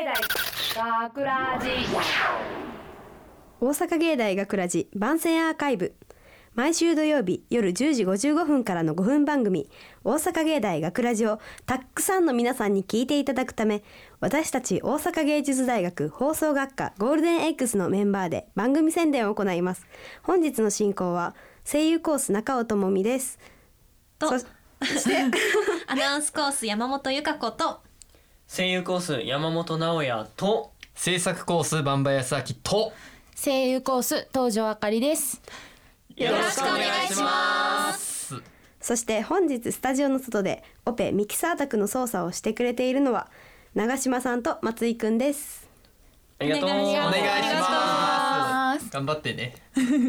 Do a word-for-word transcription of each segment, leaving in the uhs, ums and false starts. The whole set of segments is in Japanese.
大学ラジ大阪芸大学ラジ番宣アーカイブ、毎週土曜日夜じゅうじごじゅうごふんからのごふん番組大阪芸大学ラジをたくさんの皆さんに聞いていただくため、私たち大阪芸術大学放送学科ゴールデン X のメンバーで番組宣伝を行います。本日の進行は声優コース中尾智美ですとそしてアナウンスコース山本由香子と声優コース山本直也と制作コース番場康明と声優コース東條あかりです。 よろしくお願いします。 そして本日スタジオの外でオペミキサー宅の操作をしてくれているのは長島さんと松井くんです。 ありがとう。おお願いしますお願いしまます。頑張ってね。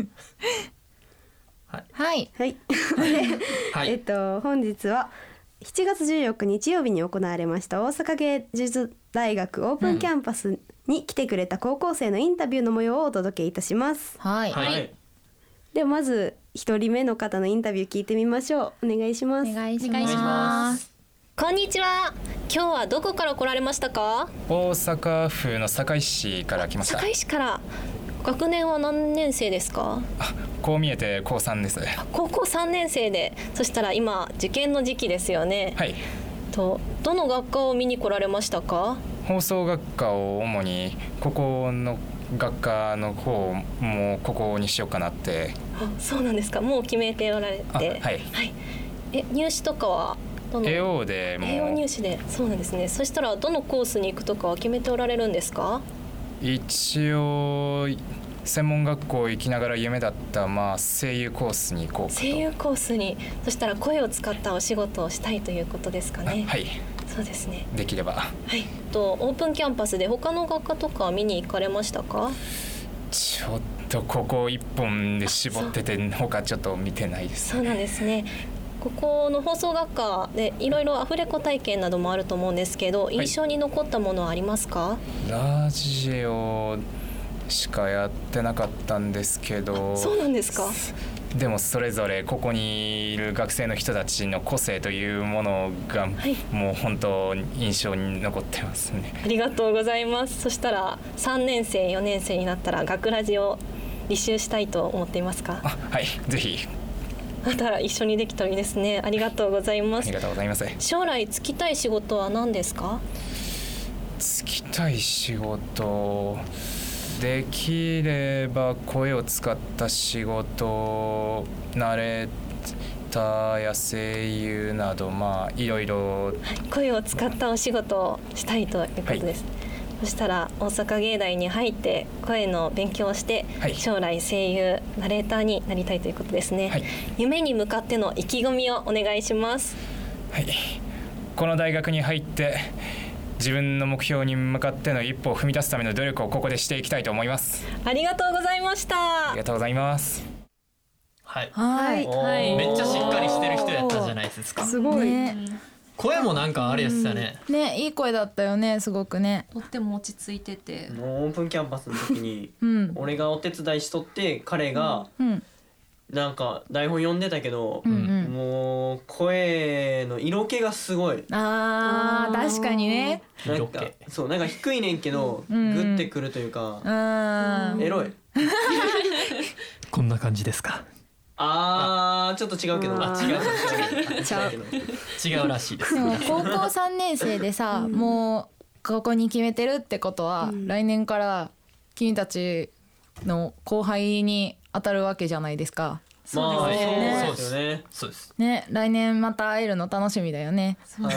はいはいはいえっと本日はしちがつじゅうよっか日曜日に行われました大阪芸術大学オープンキャンパスに来てくれた高校生のインタビューの模様をお届けいたします。 はい、 はい。 ではまず一人目の方のインタビュー聞いてみましょう。お願いします。 お願いしお願いしまますこんにちは。今日はどこから来られましたか？ 大阪府の堺市から来ました。 堺市から。学年は何年生ですか？ あ、こう見えて高さんです。 高校さんねん生で、そしたら今受験の時期ですよね。 はい、 とどの学科を見に来られましたか？ 放送学科を主にここの学科の方もここにしようかなって。 あ、そうなんですか。もう決めておられて。 あ、はい、 はい、え入試とかはどの？ 栄養でも栄養入試で。そうなんですね。そしたらどのコースに行くとかは決めておられるんですか？ 一応専門学校行きながら夢だった、まあ、声優コースに行こうかと。 声優コースに。そしたら声を使ったお仕事をしたいということですかね。 はい、 そうですね。 できれば。 はい。とオープンキャンパスで他の学科とか見に行かれましたか？ ちょっとここ一本で絞ってて他ちょっと見てないです。 そうなんですね。ここの放送学科でいろいろアフレコ体験などもあると思うんですけど、印象に残ったものはありますか？ ラジオしかやってなかったんですけど。 そうなんですか。 でもそれぞれここにいる学生の人たちの個性というものがもう本当印象に残ってますね。 ありがとうございます。そしたらさんねん生よねん生になったら学ラジを履修したいと思っていますか？ あ、はい、ぜひ。 また一緒にできたらいいですね。ありがとうございます。 ありがとうございます。 将来就きたい仕事は何ですか？ 就きたい仕事、できれば声を使った仕事、ナレーターや声優など、まあいろいろ、はい、 声を使ったお仕事をしたいということです。はい、そしたら大阪芸大に入って声の勉強をして、はい、将来声優ナレーターになりたいということですね。はい、夢に向かっての意気込みをお願いします。 はい、この大学に入って自分の目標に向かっての一歩を踏み出すための努力をここでしていきたいと思います。 ありがとうございました。 ありがとうございます。 はいはいはい、 めっちゃしっかりしてる人やったじゃないですか。 すごい、 ね、 声もなんかあれやったね、 うん、ね、いい声だったよね。すごくね。 とっても落ち着いてて、 オープンキャンパスの時にうん、 俺がお手伝いしとって彼がうんなんか台本読んでたけど、 うんうん、 もう声の色気がすごい。 あー、確かにね。 なんかそうなんか低いねんけど、 うん、 グッてくるというか、 うん、 エロい。 こんな感じですか？ あーちょっと違うけど、あ違う違う違う違うらしいです。 でも高校さんねん生でさ、うん、もうここに決めてるってことは、うん、来年から君たちの後輩に当たるわけじゃないですか。 そうですね。 そうですね。そうですね。来年また会えるの楽しみだよね。 はい。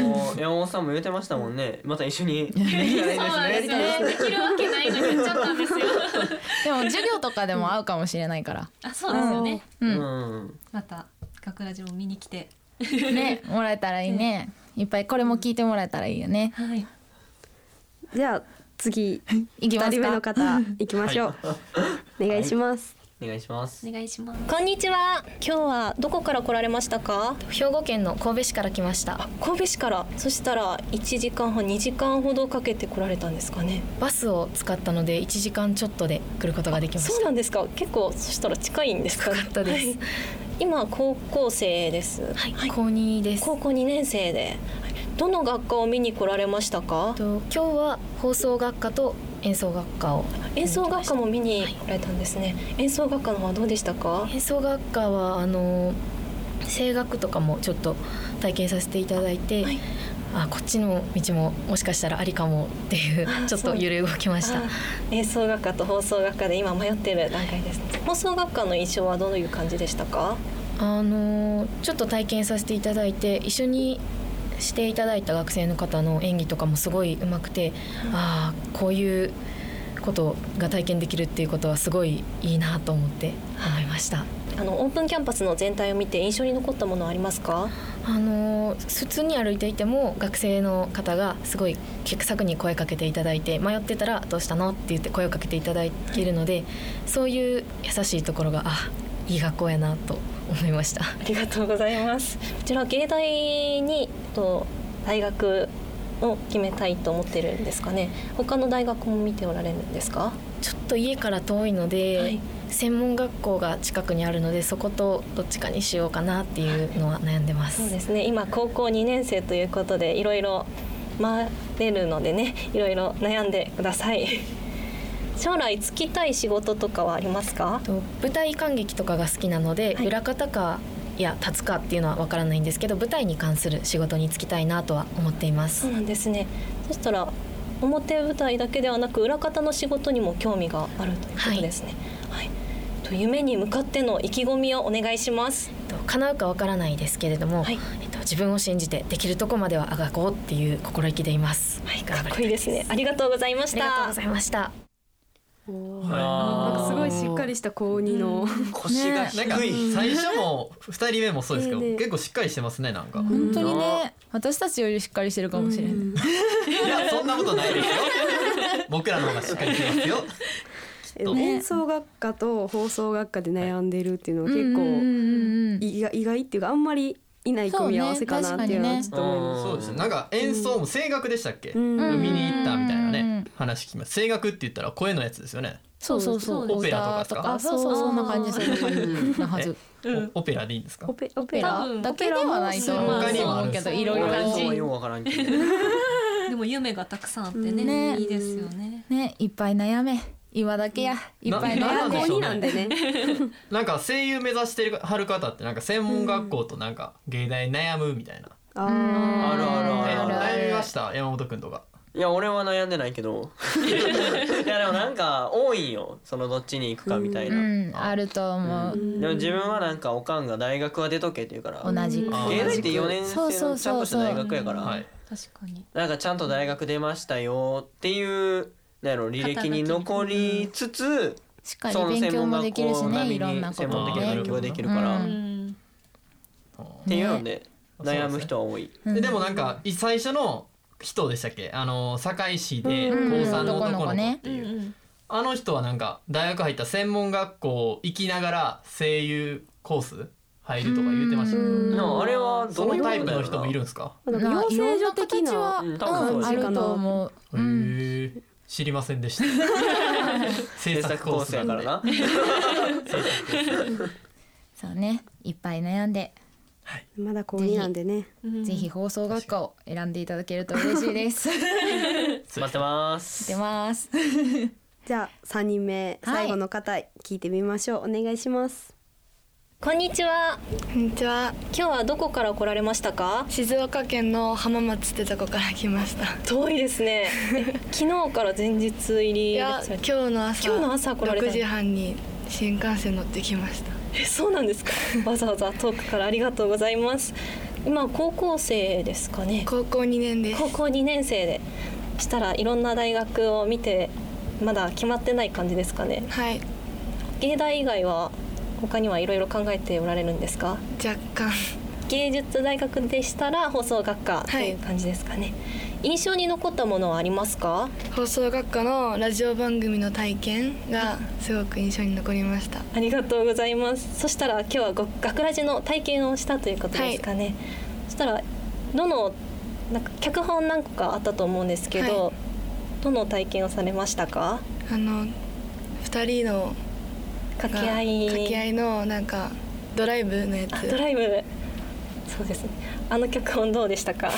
もう山本さんも言ってましたもんね。また一緒にできたらいいですね。 できるわけないのに言っちゃったんですよ。 でも授業とかでも会うかもしれないから。 あ、そうですよね。 うん。 うん、 また学ラジも見に来てね、もらえたらいいね。いっぱいこれも聞いてもらえたらいいよね。 はい。 じゃあ次いきますか。 ふたりめの方行きましょう。はい、お願いします。 お願いします。 お願いします。こんにちは。今日はどこから来られましたか？ 兵庫県の神戸市から来ました。 神戸市から。そしたらいちじかんはんにじかんほどかけて来られたんですかね。 バスを使ったのでいちじかんちょっとで来ることができました。 そうなんですか。結構そしたら近いんですか？ 近かったです、はい、 今高校生です。 はい、はい、高にです。 高校にねん生でどの学科を見に来られましたか？ と今日は放送学科と演奏学科を演奏学科も見に来られたんですね、はい、演奏学科の方はどうでしたか？ 演奏学科はあの声楽とかもちょっと体験させていただいて、はい、あこっちの道ももしかしたらありかもっていうちょっと揺れ動きました。 演奏学科と放送学科で今迷っている段階です、ね、放送学科の印象はどういう感じでしたか？ あのちょっと体験させていただいて一緒にしていただいた学生の方の演技とかもすごい上手くて、うん、ああこういうことが体験できるっていうことはすごいいいなと思って思いました。 あのオープンキャンパスの全体を見て印象に残ったものはありますか？ あの普通に歩いていても学生の方がすごい気さくに声かけていただいて、迷ってたらどうしたのって言って声をかけていただいているので、そういう優しいところがあいい学校やなと思いました。 ありがとうございます。こちら芸大にと大学を決めたいと思っているんですかね。他の大学も見ておられるんですか？ ちょっと家から遠いので、はい、専門学校が近くにあるのでそことどっちかにしようかなっていうのは悩んでます。 そうですね、今高校にねん生ということでいろいろ回れるのでね、いろいろ悩んでください。将来就きたい仕事とかはありますか？ 舞台観劇とかが好きなので、はい、裏方かいや立つかっていうのは分からないんですけど、舞台に関する仕事に就きたいなとは思っています。 そうなんですね。そしたら表舞台だけではなく裏方の仕事にも興味があるということですね、はいはい、と夢に向かっての意気込みをお願いします。 叶うか分からないですけれども、はい、えっと、自分を信じてできるとこまではあがこうっていう心意気でいます、 はい、かっこいいですね。ありがとうございました。 ありがとうございました。 おなんかすごいしっかりした高にの、 うん、腰が低い、 ね、最初もふたりめもそうですけど、えーね、結構しっかりしてますね。なんか本当にね、私たちよりしっかりしてるかもしれない、うん、 いやそんなことないですよ僕らの方がしっかりしてますよ演奏学科と放送学科で悩んでるっていうのは結構意外、意外っていうかあんまりいない組み合わせかなっていうのはちょっと思います。 そうですね。なんか演奏も声楽でしたっけ？見に行ったみたいなね話聞きます。声楽って言ったら声のやつですよね。 そうそうそう。 オペラとかですか？ そうそうそんな感じ、そんな感じなはず。 オペラでいいんですか？ オペオペラだけではないと思う。 他にもあるけどいろいろ感じ。 よくわからんけど。 でも夢がたくさんあってね、いいですよね。 ね、いっぱい悩め。今だけやいっぱい悩んで高になんでね。 なんか声優目指してるはる方ってなんか専門学校となんか芸大悩むみたいな。 ああるあるある。 悩みました山本くんとか。 いや俺は悩んでないけどいやでもなんか多いんよ、そのどっちに行くかみたいな、 うんうん、あると思う、うん、 でも自分はなんかおかんが大学は出とけって言うから、 同じく芸大ってよねん生のちゃんとした大学やから、 確かになんかちゃんと大学出ましたよっていうなんやろ履歴に残りつつ、 しっかり勉強もできるしね、いろんなこと専門的な勉強ができるから、うん、っていうので悩む人は多い、 ね、で, でもなんか最初の人でしたっけ、あの堺市で高さんの男の子っていう、うんうん、あの人はなんか大学入った専門学校行きながら声優コース入るとか言ってましたけど、 あれはそのタイプの人もいるんですか？ なんか養成所的なは、 うん、あると思う、 うん、へえ知りませんでした制作コースやからなそうね、いっぱい悩んで、 はい、まだ高になんでね、 ぜひ放送学科を選んでいただけると嬉しいです待ってます待ってますじゃあさんにんめ最後の方、はい、聞いてみましょう。お願いします。 こんにちは。 こんにちは。 今日はどこから来られましたか？ 静岡県の浜松ってとこから来ました。 遠いですね昨日から前日入り。 いや今日の朝今日の朝来られた。 ろくじはんに新幹線乗ってきました。 え、そうなんですかわざわざ遠くからありがとうございます。今高校生ですかね？ 高校にねんです。 高校にねん生でしたらいろんな大学を見てまだ決まってない感じですかね？ はい。 芸大以外は他にはいろいろ考えておられるんですか？ 若干。 芸術大学でしたら放送学科という感じですかね、はい、印象に残ったものはありますか？ 放送学科のラジオ番組の体験がすごく印象に残りました。 ありがとうございます。そしたら今日はご学ラジの体験をしたということですかね、はい、そしたらどのなんか脚本何個かあったと思うんですけど、はい、どの体験をされましたか？ あのふたりの掛け合い掛け合いのなんかドライブのやつ。 ドライブそうですね。あの曲音どうでしたか？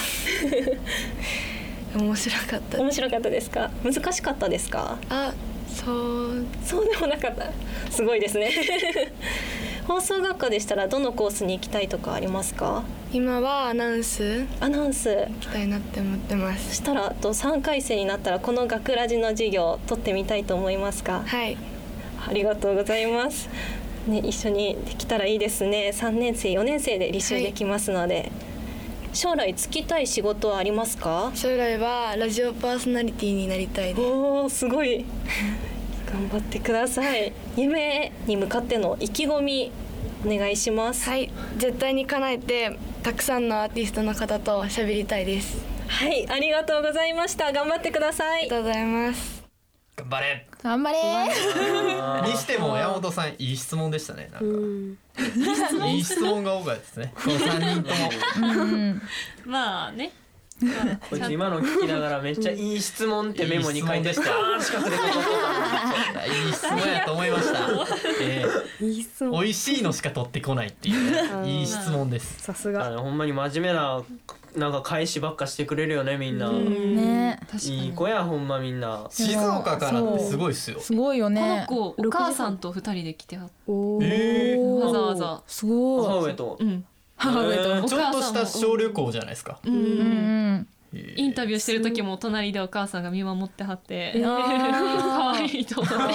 面白かった。 面白かったですか？難しかったですか？ あ、そうそうでもなかった。すごいですね。放送学科でしたらどのコースに行きたいとかありますか？ 今はアナウンスアナウンス行きたいなって思ってます。 そしたらあとさんかい生になったらこの学ラジの授業を取ってみたいと思いますか？ はい。 ありがとうございます。ね、一緒にできたらいいですね。さんねん生よねん生で履修できますので、はい、将来就きたい仕事はありますか？ 将来はラジオパーソナリティになりたいです。 おー、すごい。頑張ってください。夢に向かっての意気込みお願いします。 はい、絶対に叶えてたくさんのアーティストの方と喋りたいです。 はい、ありがとうございました。頑張ってください。 ありがとうございます。 頑張れ。 頑張れにしても山本さんいい質問でしたね。なんかいい質問が多かったですね。このさんにんとも。 うん、まあね。 こいつ今の聞きながらめっちゃいい質問ってメモに書いていい質問でした近くでこいい質問やと思いました。えー、 いい質問。 美味しいのしか取ってこないっていう、ね、いい質問です。 さすが。 あのほんまに真面目ななんか返しばっかしてくれるよねみんな。 ね、 いい子やほんまみんな。 静岡からってすごいっすよ。 すごいよね。 この子お母さんと二人で来てはって。 えー、 わざわざ。 すごい。 母上と。 うん。 母上と、えー、ちょっとした小旅行じゃないですか。 うん。うんインタビューしてる時も隣でお母さんが見守ってはって可愛いと思って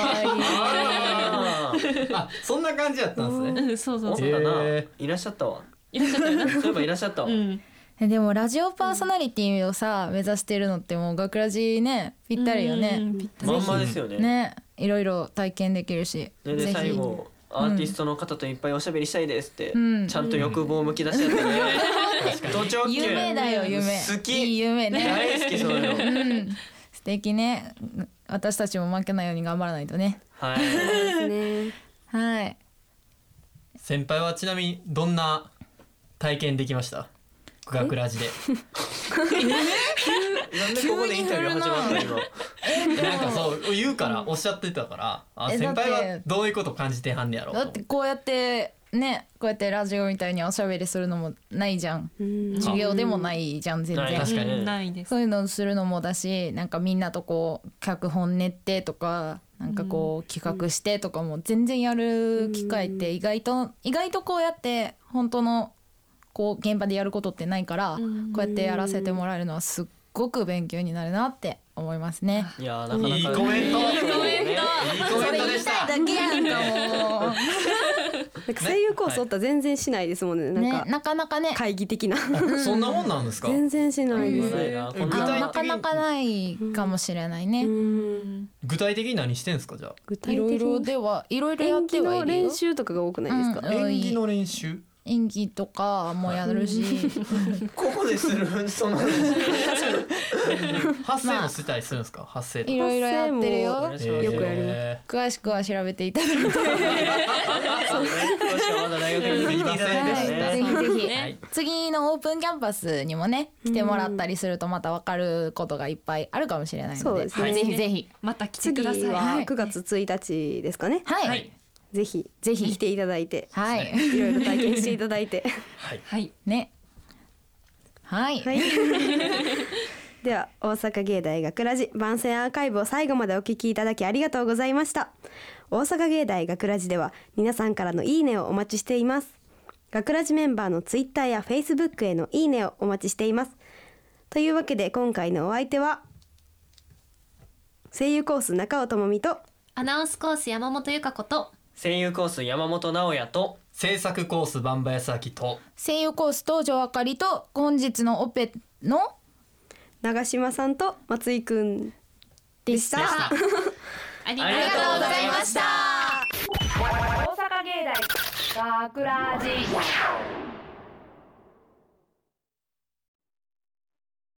あ、そんな感じやったんですね。 そうそうそう。 いらっしゃったわ。 いらっしゃったよな。 そういえばいらっしゃったわ。 でもラジオパーソナリティをさ目指してるのってもう学ラジねぴったりよね。 まんまですよね。 ね、いろいろ体験できるし。 で最後アーティストの方といっぱいおしゃべりしたいですって、ちゃんと欲望をむき出しやってね。 夢だよ夢。 好き。 いい夢ね。 大好きそういうの。 素敵ね。私たちも負けないように頑張らないとね。 はい。そうですね。 はい。 先輩はちなみにどんな体験できました？学ラジで。 なんでここでインタビュー始まったの今。 なんかそう言うからおっしゃってたから、あ先輩はどういうこと感じてはんねやろうと。 だってこうやってねこうやってラジオみたいにおしゃべりするのもないじゃん。授業でもないじゃん全然。 確かにないです。 そういうのをするのもだし、なんかみんなとこう脚本練ってとか。なんかこう企画してとかも全然やる機会って意外と意外とこうやって本当のこう現場でやることってないからこうやってやらせてもらえるのはすっごく勉強になるなって思いますね。 いやなかなかいいコメント。いいコメント。いいコメントでした。 だけやんかもう。 なんか声優コースおったら全然しないですもんね。なんかねなかなかね会議的な。 そんなもんなんですか？ 全然しないです。 なかなかないかもしれないね。 具体的に何してんすかじゃあ？ いろいろではいろいろやってはいるよ。 演技の練習とかが多くないですか？ 演技の練習？ 演技とかもやるし、 ここでするその発声もしたりするんですか？発声とかいろいろやってるよ。 よくやります。 詳しくは調べていただいて、ぜひぜひ次のオープンキャンパスにもね来てもらったりするとまた分かることがいっぱいあるかもしれないので、ぜひぜひまた来てください。 次はくがつついたちですかね。 はい。 ぜひぜひ来ていただいて、 はい、 いろいろ体験していただいて、 はいはいね、はい。 では大阪芸大学ラジ番宣アーカイブを最後までお聞きいただきありがとうございました。大阪芸大学ラジでは皆さんからのいいねをお待ちしています。学ラジメンバーのツイッターやフェイスブックへのいいねをお待ちしています。というわけで今回のお相手は声優コース中尾智美とアナウンスコース山本由香子と声優コース山本直也と制作コース番場康明と声優コース東條あかりと本日のオペの長島さんと松井くんでした。 ありがとうございました。 大阪芸大学ラジ